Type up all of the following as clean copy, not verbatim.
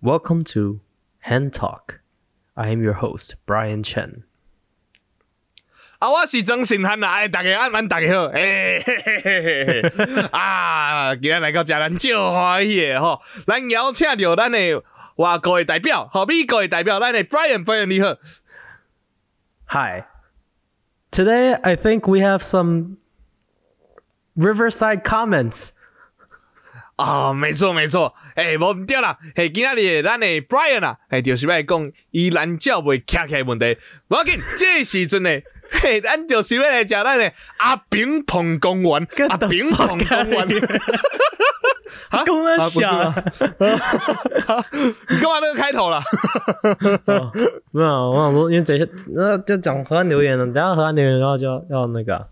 Welcome to Hand Talk. I am your host, Brian Chen. 我是曾信汉啦，大家安大家好，嘿今日来到这咱就欢喜的吼，咱邀请到咱的外国的代表，美国的代表，咱的 Brian 你好。 Hi. Today, I think we have some Riverside comments. 没错，无对啦，今仔日咱的 Brian 啊，就是要讲伊蓝鸟未徛起来问题，无要紧，这时阵呢。咱就是要来讲咱的阿平澎公园，阿平澎公园。 跟我想， 你干嘛那个开头啦？ 没有，我想说，因为等一下就讲河岸留言了，等一下河岸留言然后就要那个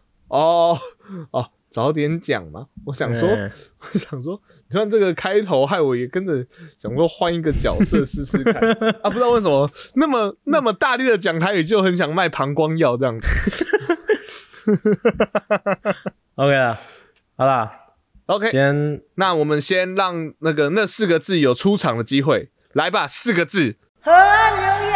早点讲嘛。我想说，你看这个开头，害我也跟着想说换一个角色试试看不知道为什么那么大力的讲台语，就很想卖膀胱药这样子。 OK 啦，好啦 ，OK， 那我们先让那4个字有出场的机会，来吧，4个字， 河岸留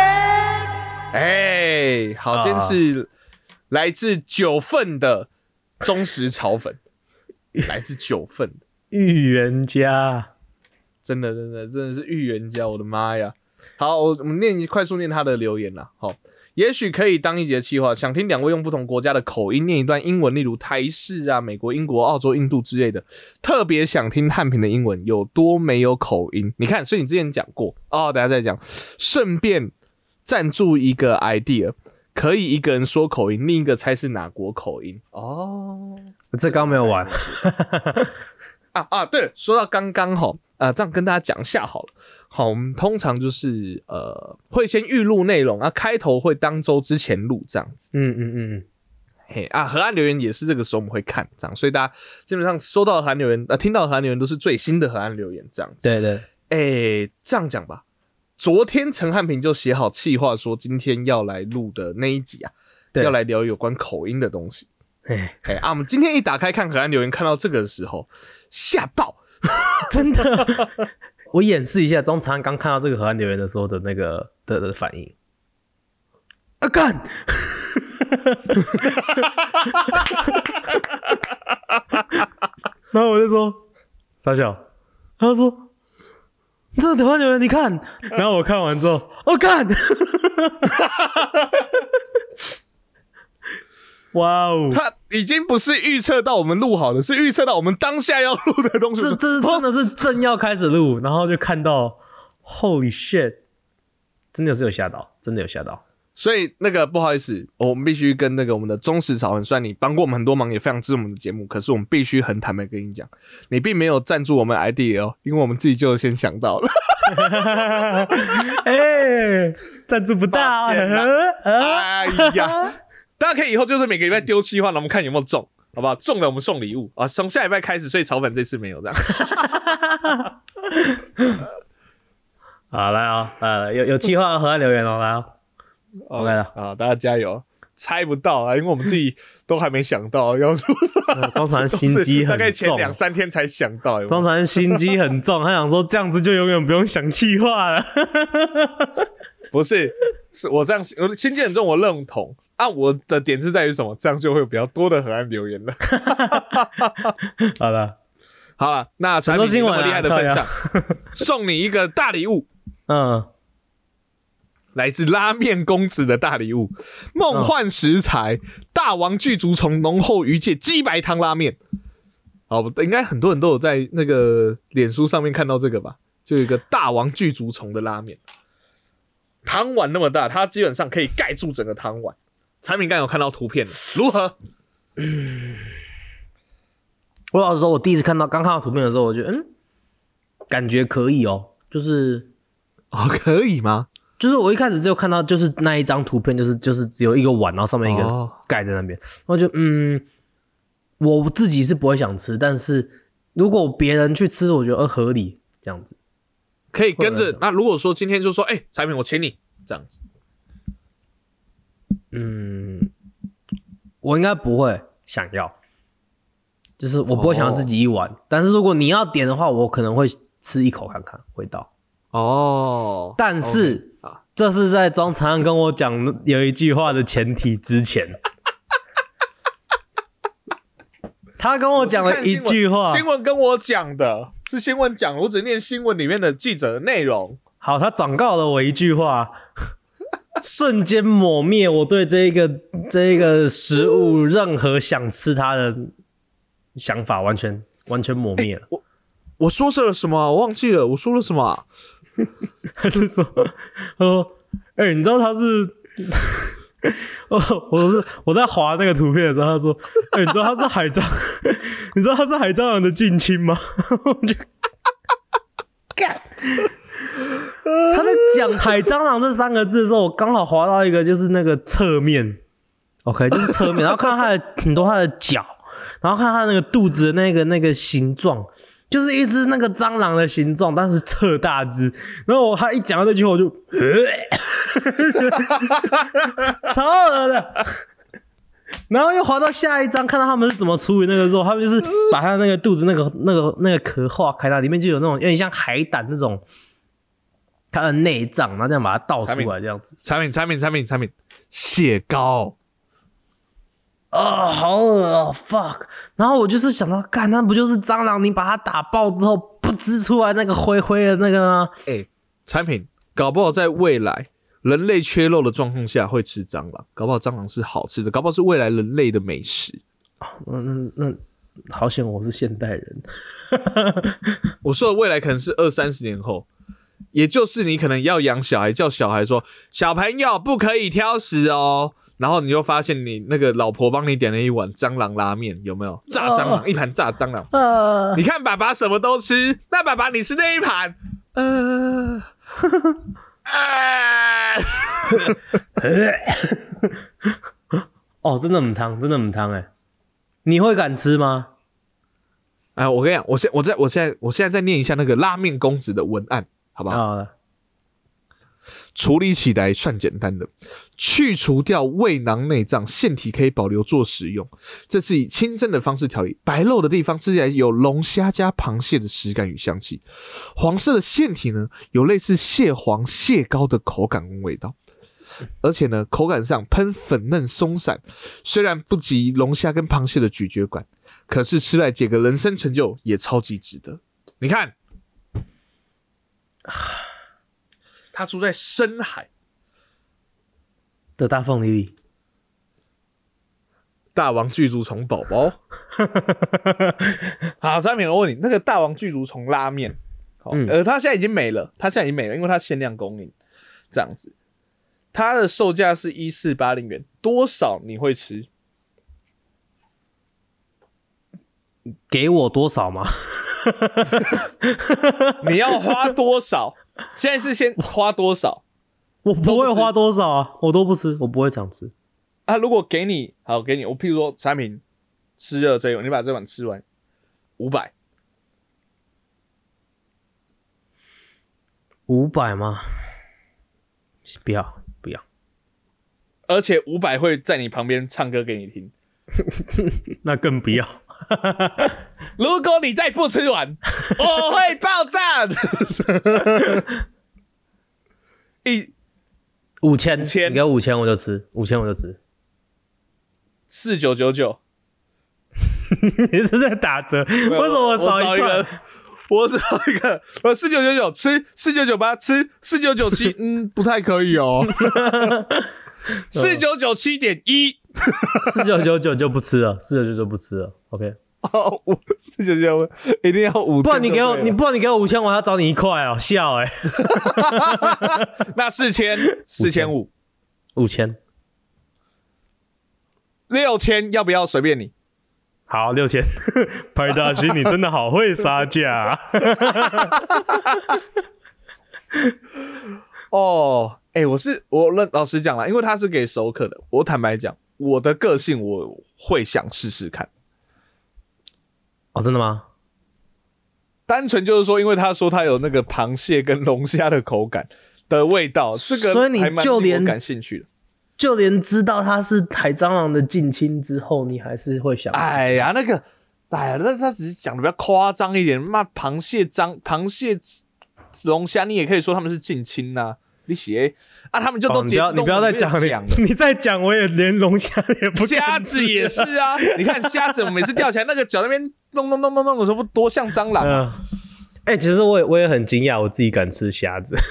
言。 好，今天是来自9份的忠实炒粉，来自9份的。 预言家， 真的是预言家，我的妈呀！好，我们快速念他的留言啦。好，也许可以当一节企划，想听2位用不同国家的口音念一段英文，例如台式啊、美国、英国、澳洲、印度之类的。特别想听汉平的英文有多没有口音？你看，所以你之前讲过等一下再讲。顺便赞助一个 idea， 可以一个人说口音，另一个猜是哪国口音这刚没有完。 对了，说到刚刚这样跟大家讲一下好了。好，我们通常就是会先预录内容开头会当周之前录这样子。河岸留言也是这个时候我们会看这样，所以大家基本上收到的河岸留言听到的河岸留言都是最新的河岸留言这样子。 对， 这样讲吧，昨天陈汉平就写好企划说今天要来录的那一集要来聊有关口音的东西。我们今天一打开看河岸留言，看到这个的时候吓爆， 真的。我演示一下中常刚看到这个河岸留言的时候的那个的反应。干！然后我就说傻小，他说这个河岸留言你看，然后我看完之后，干！哇哦！ 他已经不是预测到我们录好了，是预测到我们当下要录的东西。 这真的是正要开始录，然后就看到 Holy shit， 真的是有吓到，真的有吓到。 所以不好意思，我们必须跟我们的忠实炒粉，虽然你帮过我们很多忙，也非常支持我们的节目，可是我们必须很坦白跟你讲，你并没有赞助我们 idea 因为我们自己就先想到了。 赞助不到。 哎呀！大家可以以后就是每个礼拜丢企划，我们看有没有中，好不好？中了我们送礼物从下礼拜开始，所以炒粉这次没有这样。 好，来有企划河岸留言来OK 了大家加油！猜不到因为我们自己都还没想到要录。 中传心机很重， 大概前2-3天才想到。 中传心机很重，他想说这样子就永远不用想企划了。 不是我这样，我心机很重，我认同。我的点是在于什么？这样就会有比较多的河岸留言了。好了，那产品那么厉害的分享，送你一个大礼物。来自拉面公子的大礼物，梦幻食材大王巨足虫浓厚鱼介鸡白汤拉面。应该很多人都有在那个脸书上面看到这个吧？就有一个大王巨足虫的拉面，汤碗那么大，它基本上可以盖住整个汤碗。产品刚有看到图片了，如何？ 我老实说，我第一次刚看到图片的时候，我觉得感觉可以就是可以吗？ 就是我一开始只有看到就是那一张图片，就是只有一个碗，然后上面一个盖在那边，我就我自己是不会想吃，但是如果别人去吃，我觉得合理这样子， 可以跟着。那如果说今天就说，产品我请你这样子。 我应该不会想要，就是我不会想要自己一碗，但是如果你要点的话，我可能会吃一口看看味道。 哦， 但是、这是在庄长安跟我讲有一句话的前提之前。他跟我讲了一句话， 新闻跟我讲的是新闻讲，我只念新闻里面的记者的内容。 好，他转告了我一句话，瞬间抹灭我对这一个食物任何想吃它的想法，完全抹灭了。 我说了什么啊？我忘记了，我说了什么啊？ 他就说，你知道他是。我在滑那个图片的时候，他说：“你知道他是海蟑，你知道他是海蟑螂的近亲吗？”我就干。他在讲海蟑螂这3个字的时候，我刚好滑到一个就是那个侧面 ，OK， 就是侧面，然后看到很多他的脚，然后看他那个肚子的那个形状。就是一只那个蟑螂的形状，但是特大只。然后他一讲到这句话，我就，超恶的。然后又滑到下一章，看到他们是怎么处理那个肉，他们就是把他那个肚子那个壳化开，它里面就有那种有点像海胆那种它的内脏，然后这样把它倒出来这样子。 产品，血糕。 好恶哦 ，fuck！ 然后我就是想到，干，那不就是蟑螂？你把它打爆之后，不滋出来那个灰灰的那个吗？ 产品搞不好在未来人类缺肉的状况下会吃蟑螂，搞不好蟑螂是好吃的，搞不好是未来人类的美食。 那好险，我是现代人。 我说的未来可能是20-30年后，也就是你可能要养小孩，叫小孩说小朋友不可以挑食哦。然后你就发现你那个老婆帮你点了一碗蟑螂拉面，有没有？炸蟑螂，一盘炸蟑螂。你看爸爸什么都吃，那爸爸你吃那一盘， 哦，真的母汤，真的母汤哎！你会敢吃吗？ 我跟你讲，我现在再念一下那个拉面公子的文案，好不好？处理起来算简单的，去除掉胃囊内脏，腺体可以保留做食用。这是以清蒸的方式调理，白肉的地方吃起来有龙虾加螃蟹的食感与香气，黄色的腺体呢有类似蟹黄、蟹膏的口感跟味道，而且呢口感上喷粉嫩松散，虽然不及龙虾跟螃蟹的咀嚼感，可是吃来解个人生成就也超级值得。你看。它住在深海的大凤梨里， 大王巨足虫宝宝。好，产品我问你，那个大王巨足虫拉面，它现在已经没了，因为它限量供应，这样子，它的售价是1480元，多少你会吃？ 给我多少吗？ 你要花多少？现在是先花多少？ 我不会花多少啊，我都不吃，我不会常吃。 如果给你，我譬如说产品吃了这一碗，你把这碗吃完 ，500吗？不要， 而且500会在你旁边唱歌给你听。 那更不要。 如果你再不吃完，我会爆炸。 5000，你给我5000我就吃，5000我就吃。 4999， 你是在打折？为什么我少一块？ 我找一个，4999吃，4998吃，4997，不太可以哦。4997.1。 4999就不吃了，4999不吃了 ，OK。 4999一定要5000， 不然你给我5000，我还要找你1块哦，笑欸。 那4500， 5000， 6000要不要？随便你。 好，6000。派大星，你真的好会杀价。 我老实讲啦，因为他是给熟客的，我坦白讲，我的个性我会想试试看。 哦，真的吗？ 单纯就是说，因为他说他有那个螃蟹跟龙虾的口感的味道，这个所以你就连感兴趣的， 就连知道他是海蟑螂的近亲之后，你还是会想。 那他只是讲的比较夸张一点，螃蟹龙虾，你也可以说他们是近亲呐。你写啊，他们就都你不要再讲了，你再讲我也连龙虾也不。 虾子也是啊，你看虾子，我每次钓起来那个脚那边弄的时候，多像蟑螂啊。 其实我也很惊讶，我自己敢吃虾子。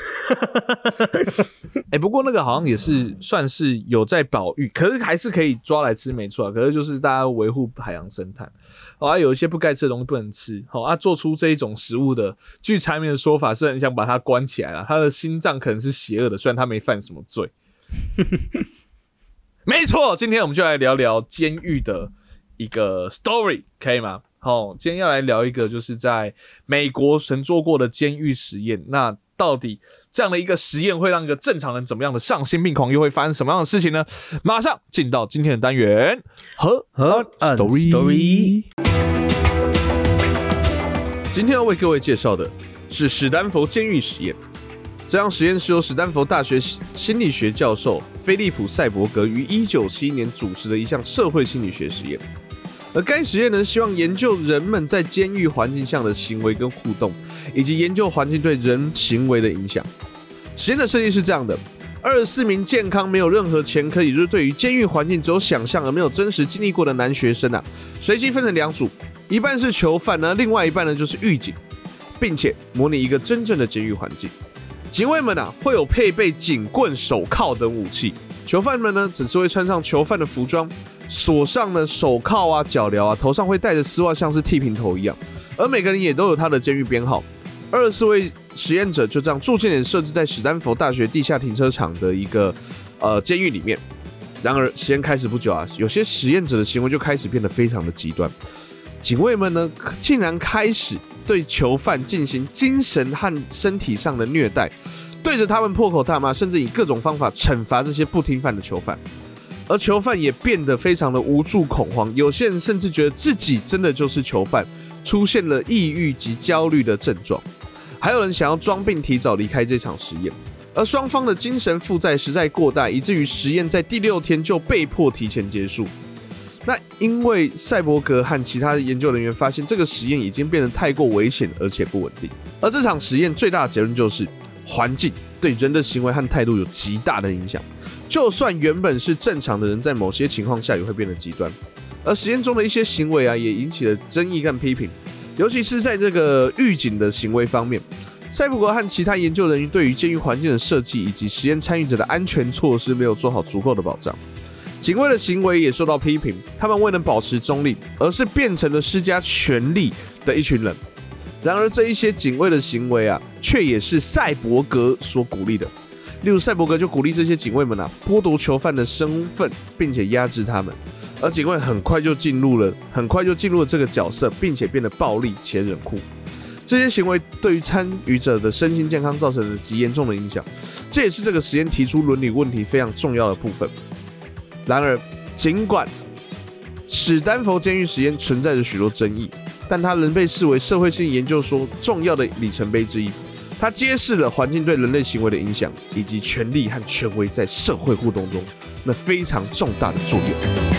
不过那个好像也是算是有在保育，可是还是可以抓来吃，没错啊。可是就是大家维护海洋生态，有一些不该吃的东西不能吃。做出这一种食物的，据柴米的说法是很想把它关起来啦，他的心脏可能是邪恶的，虽然他没犯什么罪。没错，今天我们就来聊聊监狱的一个 story， 可以吗？今天要来聊一个就是在美国曾做过的监狱实验。那到底这样的一个实验会让一个正常人怎么样的丧心病狂，又会发生什么样的事情呢？马上进到今天的单元和 story。今天要为各位介绍的是史丹佛监狱实验。这项实验是由史丹佛大学心理学教授菲利普·赛博格于1971年主持的一项社会心理学实验。而该实验呢，希望研究人们在监狱环境下的行为跟互动，以及研究环境对人行为的影响。实验的设计是这样的：24名健康、没有任何前科，也就是对于监狱环境只有想象而没有真实经历过的男学生随机分成2组，一半是囚犯呢，另外一半呢就是狱警，并且模拟一个真正的监狱环境。警卫们会有配备警棍、手铐等武器，囚犯们呢只是会穿上囚犯的服装。锁上了手铐脚镣头上会戴着丝袜，像是剃平头一样。而每个人也都有他的监狱编号。24位实验者就这样驻建点设置在史丹佛大学地下停车场的一个监狱里面。然而实验开始不久有些实验者的行为就开始变得非常的极端。警卫们呢竟然开始对囚犯进行精神和身体上的虐待，对着他们破口大骂，甚至以各种方法惩罚这些不听犯的囚犯。而囚犯也变得非常的无助恐慌，有些人甚至觉得自己真的就是囚犯，出现了抑郁及焦虑的症状。还有人想要装病提早离开这场实验。而双方的精神负载实在过大，以至于实验在第6天就被迫提前结束。那因为赛博格和其他研究人员发现这个实验已经变得太过危险而且不稳定。而这场实验最大的结论就是环境对人的行为和态度有极大的影响。就算原本是正常的人，在某些情况下也会变得极端。而实验中的一些行为也引起了争议跟批评，尤其是在这个狱警的行为方面。赛博格和其他研究人员对于监狱环境的设计以及实验参与者的安全措施没有做好足够的保障。警卫的行为也受到批评，他们未能保持中立，而是变成了施加权力的一群人。然而这一些警卫的行为却也是赛博格所鼓励的。例如赛博格就鼓励这些警卫们剥夺囚犯的身份，并且压制他们。而警卫很快就进入了这个角色，并且变得暴力且冷酷。这些行为对于参与者的身心健康造成了极严重的影响，这也是这个实验提出伦理问题非常重要的部分。然而，尽管史丹佛监狱实验存在着许多争议，但它仍被视为社会心理研究所重要的里程碑之一。它揭示了环境对人类行为的影响，以及权力和权威在社会互动中那非常重大的作用。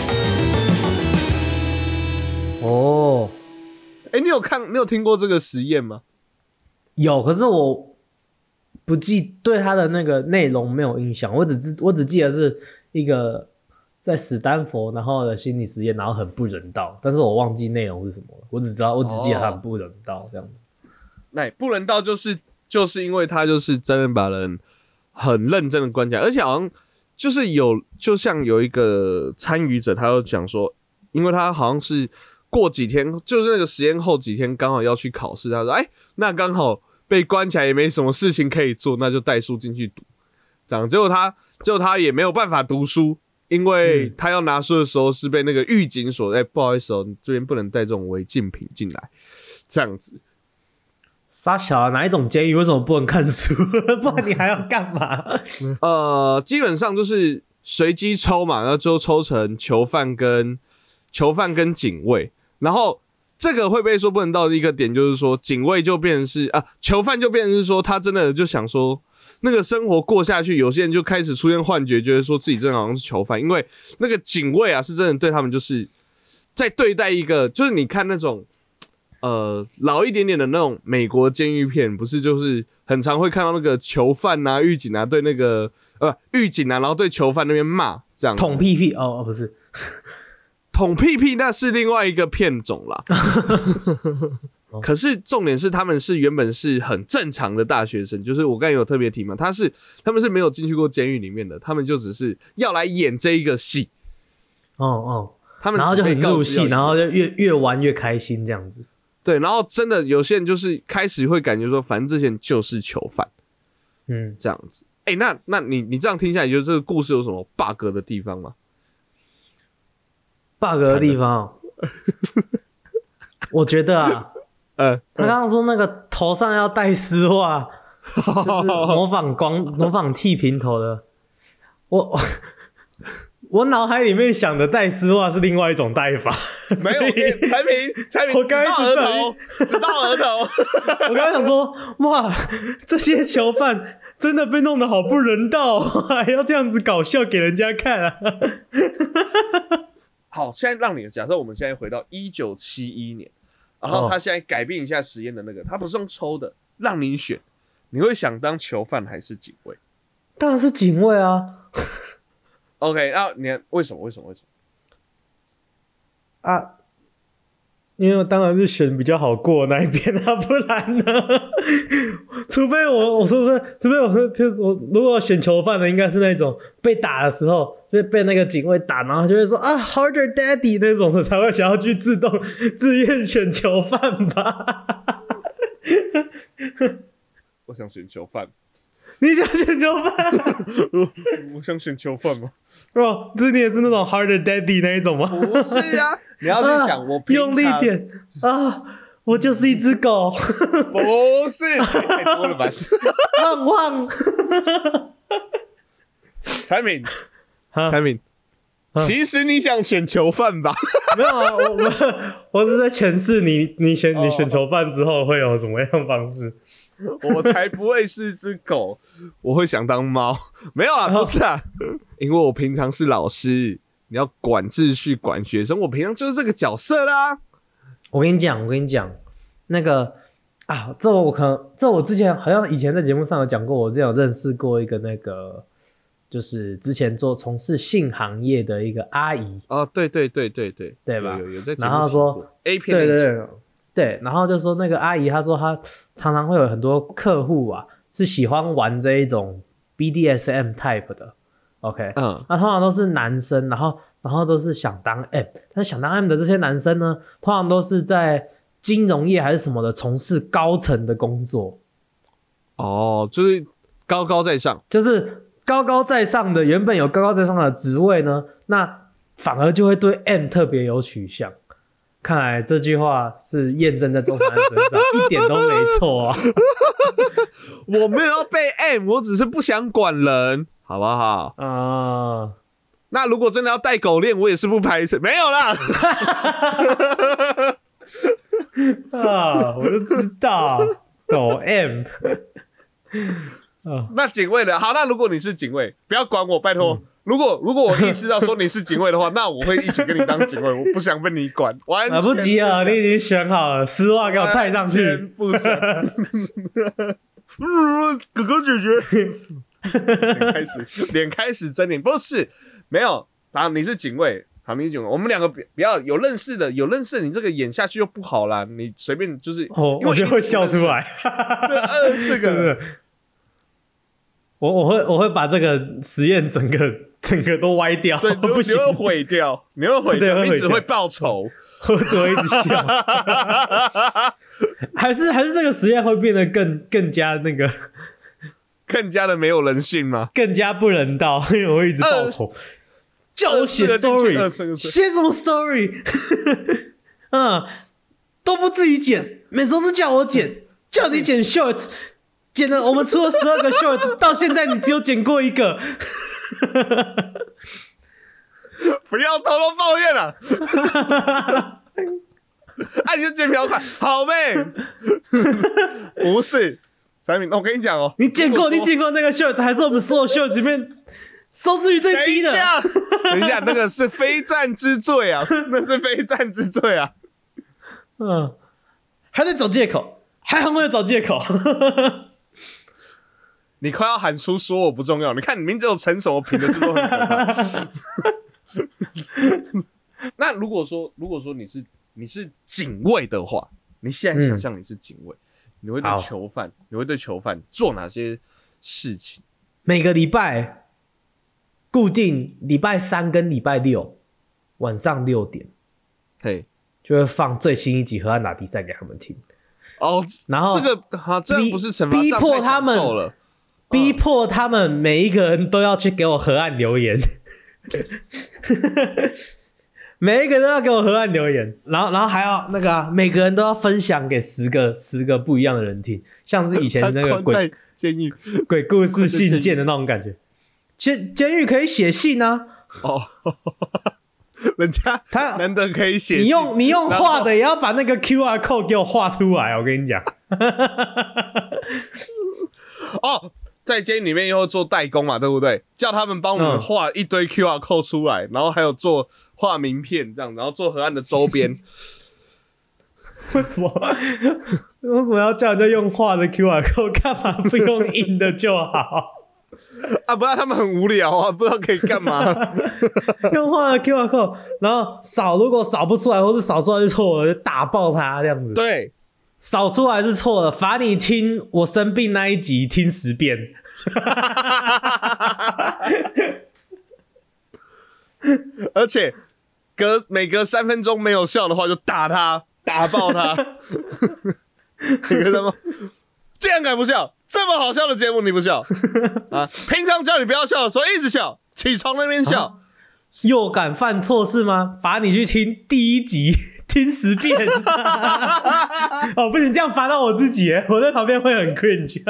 你有听过这个实验吗？ 有，可是我不对它的那个内容没有印象，我只记得是一个在史丹佛然后的心理实验，然后很不人道，但是我忘记内容是什么了。我只记得它很不人道这样子。 那不人道就是因为他就是真的把人很认真的关起来，而且好像就像有一个参与者，他有讲说，因为他好像是过几天，就是那个实验后几天刚好要去考试，他说那刚好被关起来也没什么事情可以做，那就带书进去读。这样结果他也没有办法读书，因为他要拿书的时候是被那个狱警所不好意思你这边不能带这种违禁品进来，这样子。 傻小哪一种监狱为什么不能看书？不然你还要干嘛？ 基本上就是随机抽嘛，然后最后抽成囚犯跟警卫。然后这个会被说不能到的一个点就是说，警卫就变成是囚犯就变成是说他真的就想说那个生活过下去，有些人就开始出现幻觉，觉得说自己真的好像是囚犯，因为那个警卫是真的对他们就是在对待一个，就是你看那种老一点点的那种美国监狱片，不是就是很常会看到那个囚犯啊、狱警啊对那个狱警啊，然后对囚犯那边骂这样。 捅屁屁哦，不是捅屁屁，那是另外一个片种啦。可是重点是他们是原本是很正常的大学生，就是我刚才有特别提嘛，他们是没有进去过监狱里面的，他们就只是要来演这一个戏。 他们然后就很入戏，然后就越玩越开心这样子。 对，然后真的有些人就是开始会感觉说，反正这些人就是囚犯，这样子。那你这样听下来，你觉得这个故事有什么 bug 的地方吗 ？bug 的地方，我觉得啊，他刚刚说那个头上要戴丝袜，就是模仿剃平头的，我脑海里面想的戴丝袜是另外一种戴法， 没有，才明，只到额头。 我刚才想说，哇，这些囚犯真的被弄得好不人道，还要这样子搞笑给人家看啊！ 好，现在让你假设我们现在回到1971年，然后他现在改变一下实验的那个，他不是用抽的，让你选，你会想当囚犯还是警卫？ 当然是警卫啊。 OK， 那你为什么啊？因为我当然是选比较好过的那一边啊，不然呢？除非我说，譬如我如果选囚犯的，应该是那种被打的时候，就被那个警卫打，然后就会说啊 ，harder daddy 那种才会想要去自愿选囚犯吧。 我想选囚犯。 你想选囚犯？ 我想选囚犯吗？ 你也是那种 harder daddy 那一种吗？ 不是啊，你要去想我平常用力点啊！我就是一只狗。 不是，太多了吧？ 汪汪！ 柴敏，其实你想选囚犯吧？ 没有啊，我是在诠释你选囚犯之后会有什么样方式。 我才不会是一只狗，我会想当猫。没有啦，不是啊，因为我平常是老师，你要管秩序、管学生，我平常就是这个角色啦。 我跟你讲，那个啊，这我之前好像以前在节目上有讲过，我之前有认识过一个那个，就是之前从事性行业的一个阿姨。 哦，对吧？有在节目然后说 A 片对，然后就说那个阿姨，她说她常常会有很多客户啊，是喜欢玩这一种 BDSM type 的 ，OK， 那通常都是男生，然后都是想当 M， 但是想当 M 的这些男生呢，通常都是在金融业还是什么的从事高层的工作。 哦，就是高高在上， 就是高高在上的，原本有高高在上的职位呢，那反而就会对 M 特别有取向。看来这句话是验证在钟汉身上，一点都没错啊！ 我没有要被 M， 我只是不想管人，好不好？那如果真的要戴狗链，我也是不排斥。没有啦， 我就知道抖 M。 那警卫的好，那如果你是警卫，不要管我，拜托。如果我意识到说你是警卫的话，那我会一起跟你当警卫，我不想被你管。 来不及了，你已经选好了，丝袜给我戴上去。 不想。哥哥姐姐，脸开始狰狞，不是没有。然后你是警卫，好，你是警卫，我们两个比较有认识的，你这个演下去就不好啦。你随便就是， 我觉得会笑出来。 这24个。 我会把这个实验整个都歪掉， 对，你会毁掉，你只会报仇， 我只会一直笑。还是这个实验会变得更加那个， 更加的没有人性吗？ 更加不人道，因为我会一直报仇，叫我写 story， 写什么 story？ 都不自己剪，每次都是叫我剪，叫你剪 shorts。剪了，我们出了12个 shorts， 到现在你只有剪过1个。 不要偷偷抱怨了。你就剪比较快，好呗。不是，柴敏，我跟你讲哦， 你剪过那个 shorts， 还是我们所有 shorts 里面收视率最低的。 等一下，那个是非战之罪啊，那是非战之罪啊。 还在找借口，还很会找借口。 你快要喊出说我不重要，你看你名字有陈什么评的是不是很可怕？那如果说你是警卫的话，你现在想象你是警卫，你会对囚犯做哪些事情？ 每个礼拜固定礼拜3跟礼拜6晚上6点， 嘿， 就会放最新一集《河岸打比赛》给他们听。 哦， 然后这不是惩罚， 逼迫他们了。逼迫他们每一个人都要去给我河岸留言，每一个人都要给我河岸留言，然后还要那个每个人都要分享给10个不一样的人听，像是以前那个鬼故事信件的那种感觉。监狱可以写信啊， 人家他难得可以写信， 你用画的也要把那个 QR code 给我画出来，我跟你讲。 在监狱里面又做代工嘛，对不对？叫他们帮我们画一堆 QR code 出来，然后还有画名片这样，然后做河岸的周边。 为什么要叫人家用画的 QR code？ 干嘛不用印的就好？ 啊，不然他们很无聊啊，不知道可以干嘛。 用画的 QR code， 然后如果扫不出来，或是扫出来就错了，就打爆它这样子。 对。 扫出来是错的，罚你听我生病那一集听10遍。 而且每隔3分钟没有笑的话就打他，打爆他。你看吗？这样敢不笑？这么好笑的节目你不笑啊？平常叫你不要笑的时候一直笑，起床那边笑。 又敢犯错是吗？罚你去听第1集听10遍。不行，这样罚到我自己耶，我在旁边会很 cringe。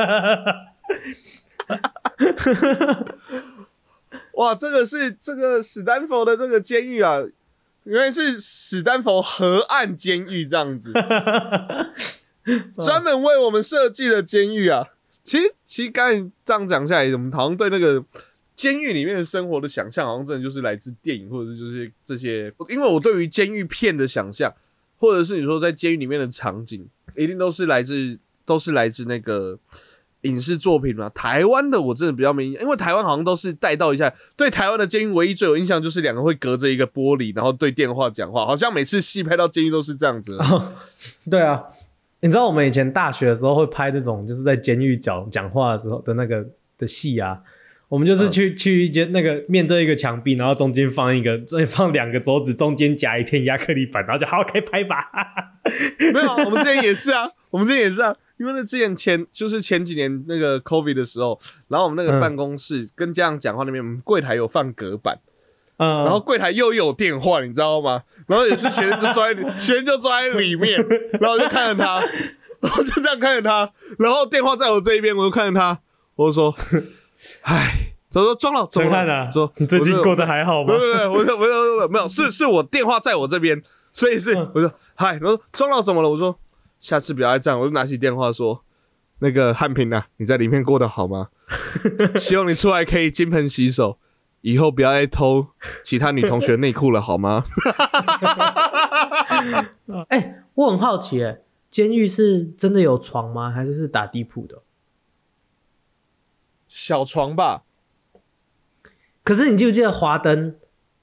哇，这个史丹佛的这个监狱啊，原来是史丹佛河岸监狱这样子，专门为我们设计的监狱啊。其实刚才这样讲下来，我们好像对那个监狱里面的生活的想象，好像真的就是来自电影，或者是就是这些。因为我对于监狱片的想象，或者是你说在监狱里面的场景，一定都是来自那个影视作品嘛。台湾的我真的比较没印象，因为台湾好像都是带到一下。对台湾的监狱唯一最有印象就是2个会隔着一个玻璃，然后对电话讲话，好像每次戏拍到监狱都是这样子。 对啊，你知道我们以前大学的时候会拍这种就是在监狱讲话的时候的那个的戏啊。我们就是去一间那个面对一个墙壁，然后中间放2个桌子，中间夹一片亚克力板，然后就好可以拍吧。 没有，我们之前也是啊，因为那之前就是前几年那个 COVID 的时候，然后我们那个办公室跟家长讲话那边，我们柜台有放隔板，然后柜台又有电话，你知道吗？然后也是学生就坐在里面，然后我就看着他，然后就这样看着他，然后电话在我这一边，我就看着他，我就说。唉，他说庄老怎么了？说你最近过得还好吗？ 我没有，是我电话在我这边，所以是我说嗨，我说庄老怎么了？我说下次不要再这样，我就拿起电话说那个汉平啊，你在里面过得好吗？希望你出来可以金盆洗手，以后不要再偷其他女同学内裤了，好吗？ 我很好奇监狱是真的有床吗？还是打地铺的？ 小床吧。 可是你记不记得华灯？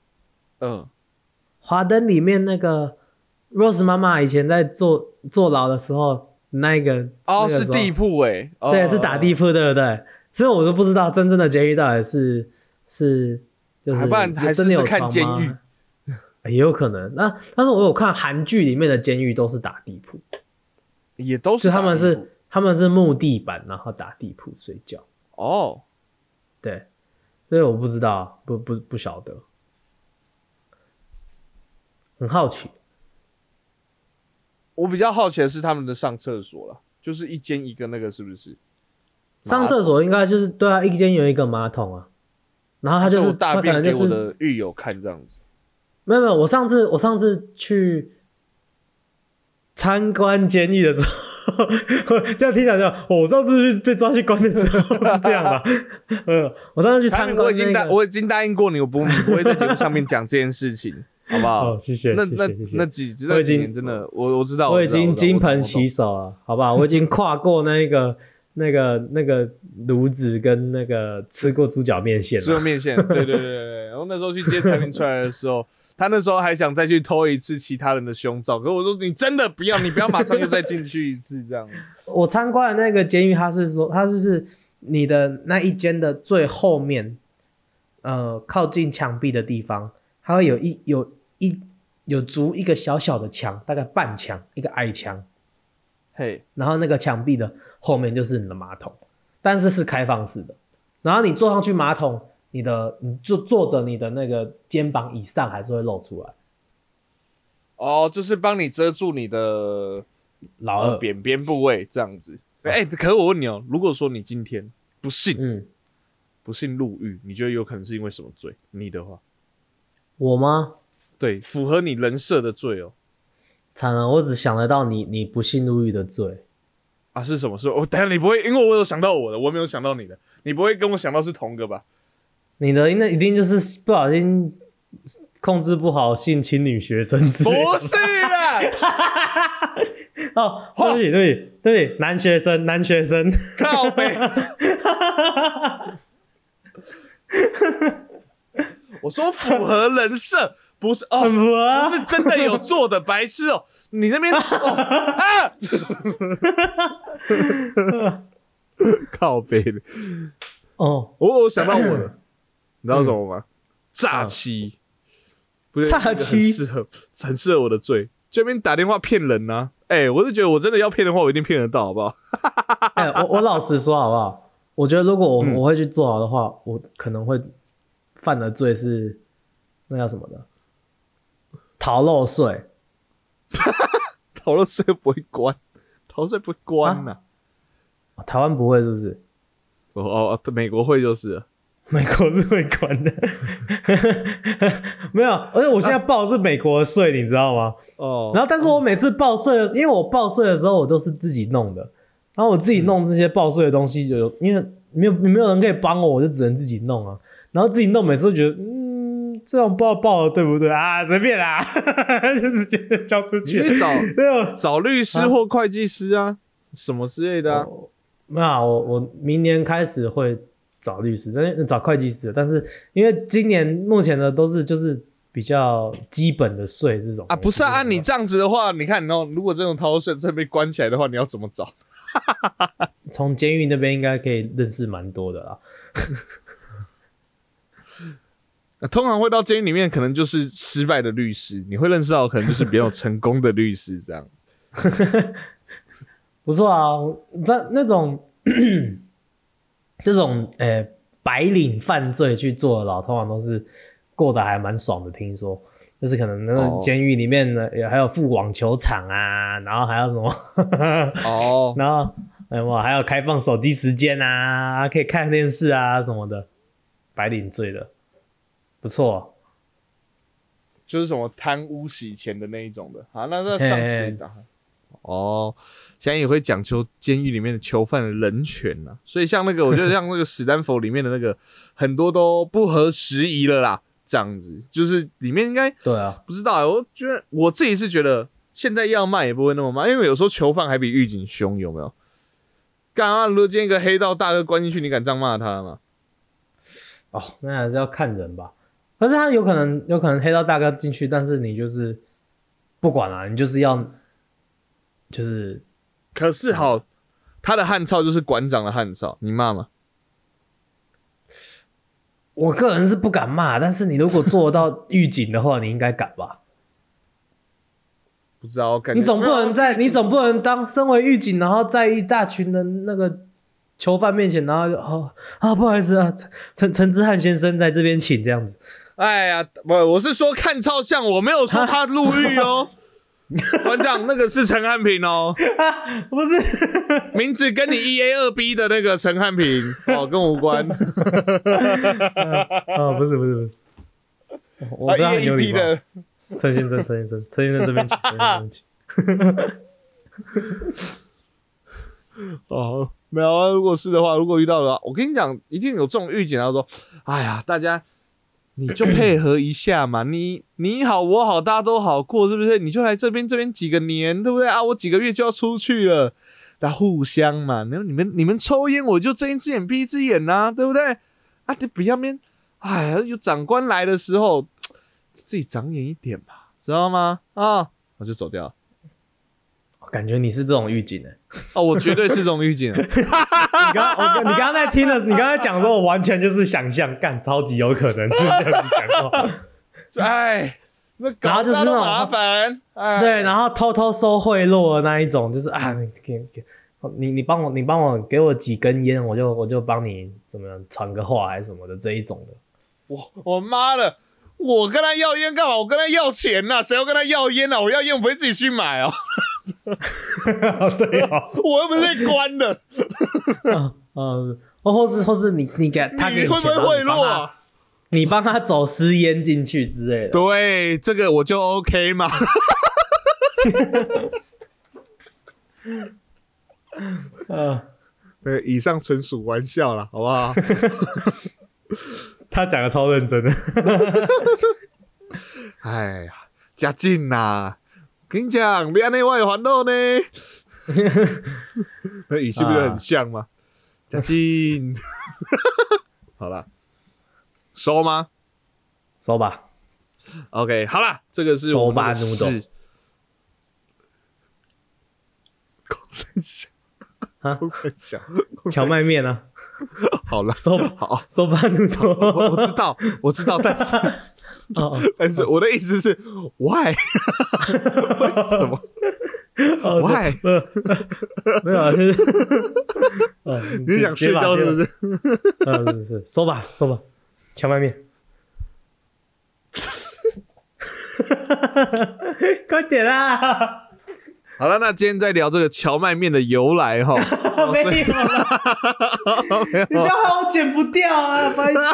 华灯里面那个 Rose 妈妈以前在坐牢的时候，那个是地铺对，是打地铺，对不对？所以我就不知道真正的监狱到底是就是真的有床吗？看监狱也有可能。但是我有看韩剧里面的监狱都是打地铺， 也都是打地铺， 他们是木地板，然后打地铺睡觉。对，所以我不知道，不晓得，很好奇。 我比较好奇的是他们的上厕所啦，就是一间一个那个是不是？ 上厕所应该就是对啊，一间有一个马桶啊，然后他就是大便给我的狱友看这样子。 没有，我上次去参观监狱的时候。这样听起来就我上次被抓去关的时候是这样吧？我上次去参观我已经答应过你，我不会在节目上面讲这件事情。 好不好？ 谢谢， 那几年真的，我知道， 我已经金盆洗手了，好不好？我已经跨过那个炉子跟那个吃过猪脚面线了， 吃过面线，对。然后那时候去接产品出来的时候，他那时候还想再去偷一次其他人的胸罩，可是我说你真的不要，你不要马上又再进去一次这样。我参观的那个监狱，他是说他就是你的那一间的最后面，靠近墙壁的地方，它会有筑一个小小的墙，大概半墙，一个矮墙。 嘿， 然后那个墙壁的后面就是你的马桶，但是是开放式的。然后你坐上去马桶，你就坐着，你的那个肩膀以上还是会露出来。 哦，就是帮你遮住你的老二扁边部位这样子。可是我问你哦，如果说你今天不幸入狱，你觉得有可能是因为什么罪？你的话， 我吗？ 对，符合你人设的罪哦。 惨了，我只想得到你不幸入狱的罪啊！是什么事？等一下你不会，因为我有想到我的，我没有想到你的，你不会跟我想到是同个吧？ 你的一定就是不小心控制不好性侵女学生之类的。 不是啊！ 哦，对不起，男学生， 靠北。我说符合人设，不是哦，不是真的有做的，白痴哦！你那边靠北的哦， 我想到我了，你知道什么吗？诈欺，不是诈欺， 很适合我的罪。这边打电话骗人啊！我是觉得我真的要骗的话，我一定骗得到，好不好？ 我老实说好不好？我觉得如果我会去做的话，我可能会犯的罪是那叫什么的？逃漏税。 逃漏税不会关，逃漏税不会关呐、 台湾不会是不是？ 美国会就是了。 美国是会关的。没有，而且我现在报的是美国的税，你知道吗？然后但是我每次报税的，因为我报税的时候我都是自己弄的，然后我自己弄这些报税的东西，因为没有人可以帮我，我就只能自己弄啊。然后自己弄，每次都觉得这种报的对不对啊？随便啦，就直接交出去。 你去找律师或会计师啊，什么之类的啊。 没有，我明年开始会找律师，找会计师，但是因为今年目前的都是就是比较基本的税这种啊，不是啊，按你这样子的话，你看如果这种逃漏税被关起来的话，你要怎么找？ 从监狱那边应该可以认识蛮多的啦。 通常会到监狱里面，可能就是失败的律师，你会认识到可能就是比较成功的律师这样。 不错啊，那种这种白领犯罪去坐牢，通常都是过得还蛮爽的。听说就是可能那个监狱里面呢，还有附网球场啊，然后还有什么然后还有开放手机时间啊，可以看电视啊什么的，白领罪的。不错， 就是什么贪污洗钱的那一种的。好，那这上次现在也会讲究监狱里面的囚犯的人权啊，所以像那个，我觉得像那个史丹佛里面的那个，很多都不合时宜了啦。这样子，就是里面应该对啊， 不知道我觉得我自己是觉得现在要骂也不会那么骂，因为有时候囚犯还比狱警凶，有没有？干嘛？如果今天一个黑道大哥关进去，你敢这样骂他吗？ 那还是要看人吧。可是他有可能黑道大哥进去，但是你就是不管啦，你就是要就是。 可是好，他的汉草就是馆长的汉草，你骂吗？ 我个人是不敢骂，但是你如果做到狱警的话，你应该敢吧？ 不知道，感觉你总不能当身为狱警，然后在一大群的那个囚犯面前，然后就不好意思啊，陈之汉先生在这边请这样子。 哎呀，我是说看照相，我没有说他入狱哦。馆长，那个是陈汉平哦， 不是， 名字跟你1A2B 的那个陈汉平跟我无关。 不是，我知道很有礼貌。陈先生这边请。 没有啊。如果是的话，如果遇到的话，我跟你讲，一定有这种狱警，他说：“哎呀，大家你就配合一下嘛，你好我好大家都好过，是不是？你就来这边几个年，对不对啊？我几个月就要出去了，那互相嘛，你们抽烟我就睁一只眼闭一只眼呐，对不对？啊，你不要面，哎呀，有长官来的时候，自己长眼一点嘛，知道吗？啊，我就走掉了。 感觉你是这种预警的哦，我绝对是这种预警。 你刚刚在听的，你刚才讲说，我完全就是想象，干超级有可能是这样子讲话。 哎，那然后就是那种麻烦， 对，然后偷偷收贿赂的那一种，就是啊，你帮我给我几根烟，我就帮你怎么样传个话还是什么的这一种的。 我妈的！我跟他要烟干嘛？我跟他要钱呐、谁要跟他要烟啊？我要烟我不会自己去买哦。 对哦， 我又不是被关的。 或是你给他给你会不会贿赂啊？ 你帮他走私烟进去之类的。 对，这个我就 OK 嘛。对，以上纯属玩笑啦，好不好？ 他讲的超认真的。 哎呀，加劲呐！跟你讲，别安内外烦恼呢。那语气不是很像吗？加劲。好了，收吗？ 收吧。 OK， 好了，这个是我们的事。公三小啊，公三小， 荞麦面啊。 好了，好， 收吧，努多。 我知道，但是我的意思是 ，why？ 为什么？why？ 没有啊，就是你想睡觉是不是？ 是，收吧，荞麦面。快点啦！ 好了，那今天再聊这个荞麦面的由来哈。 没有啦，你不要害我剪不掉啊！白痴。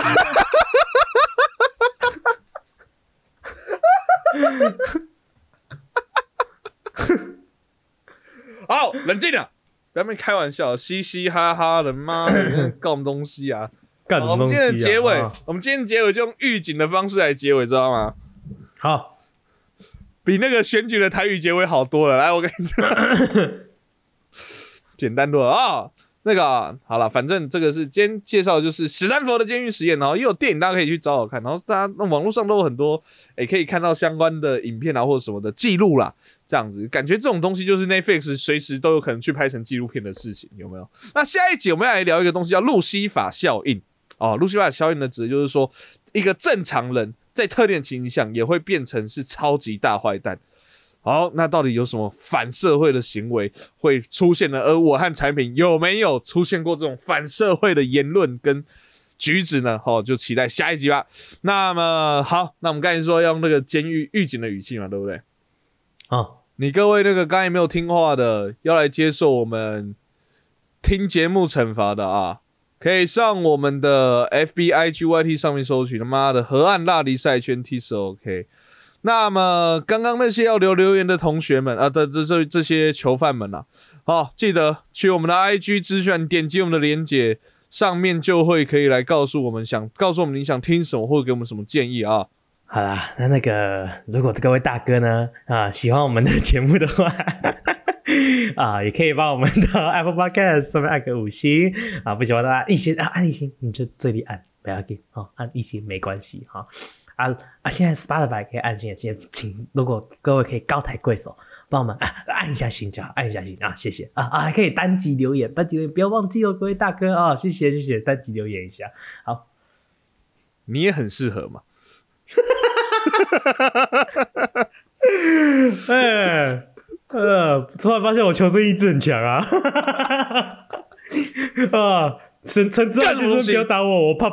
好，冷静了，不要在那边开玩笑，嘻嘻哈哈的，妈的，干什么东西啊？ 干什么东西啊？ 我们今天的结尾就用预警的方式来结尾，知道吗？ 好， 比那个选举的台语结尾好多了。来，我跟你讲，简单多了啊。那个好了，反正这个是今天介绍的就是史丹佛的监狱实验，然后也有电影大家可以去找找看，然后大家网络上都有很多可以看到相关的影片啊或者什么的记录啦，这样子感觉这种东西就是 Netflix 随时都有可能去拍成纪录片的事情，有没有？那下一集我们要来聊一个东西叫路西法效应哦，路西法效应呢指的就是说一个正常人在特定情形下也会变成是超级大坏蛋。好，那到底有什么反社会的行为会出现呢？而我和产品有没有出现过这种反社会的言论跟举止呢？就期待下一集吧。那么好，那我们刚才说要用那个监狱狱警的语气嘛，对不对？你各位那个刚才没有听话的，要来接受我们听节目惩罚的啊，可以上我们的 FBIGYT 上面搜取他妈的河岸拉力赛圈 T 是 OK。那么刚刚那些要留言的同学们啊，这些囚犯们啊，好，记得去我们的 IG 资讯点击我们的连结，上面就会可以来告诉我们你想听什么或者给我们什么建议啊。 好啦，那个如果各位大哥呢喜欢我们的节目的话也可以帮我们到 Apple Podcast 上面按个5星不喜欢的话按1星，你就最低按，不要紧按1星没关系现在 Spotify 可以按星，请如果各位可以高抬贵手帮我们按一下星就好，按一下星谢谢还可以单集留言不要忘记哦，各位大哥谢谢单集留言一下。好， 你也很适合嘛。 突然发现我求生意志很强陈志汉先生不要打我怕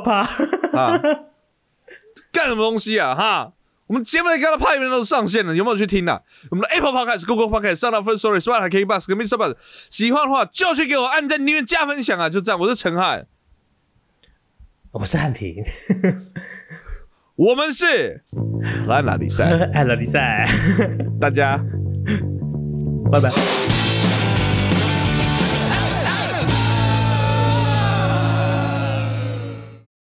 干什么东西啊哈！我们节目的各大派面都上线了，有没有去听啊？我们的 Apple Podcast、Google Podcast、SoundCloud、Firstory、Spotify、KKBOX 跟 Mixer， 喜欢的话就去给我按赞、订阅、加分享啊！就这样，我是陈汉， 我是汉平， 我们是安拉比赛， 安拉比赛， 大家拜拜。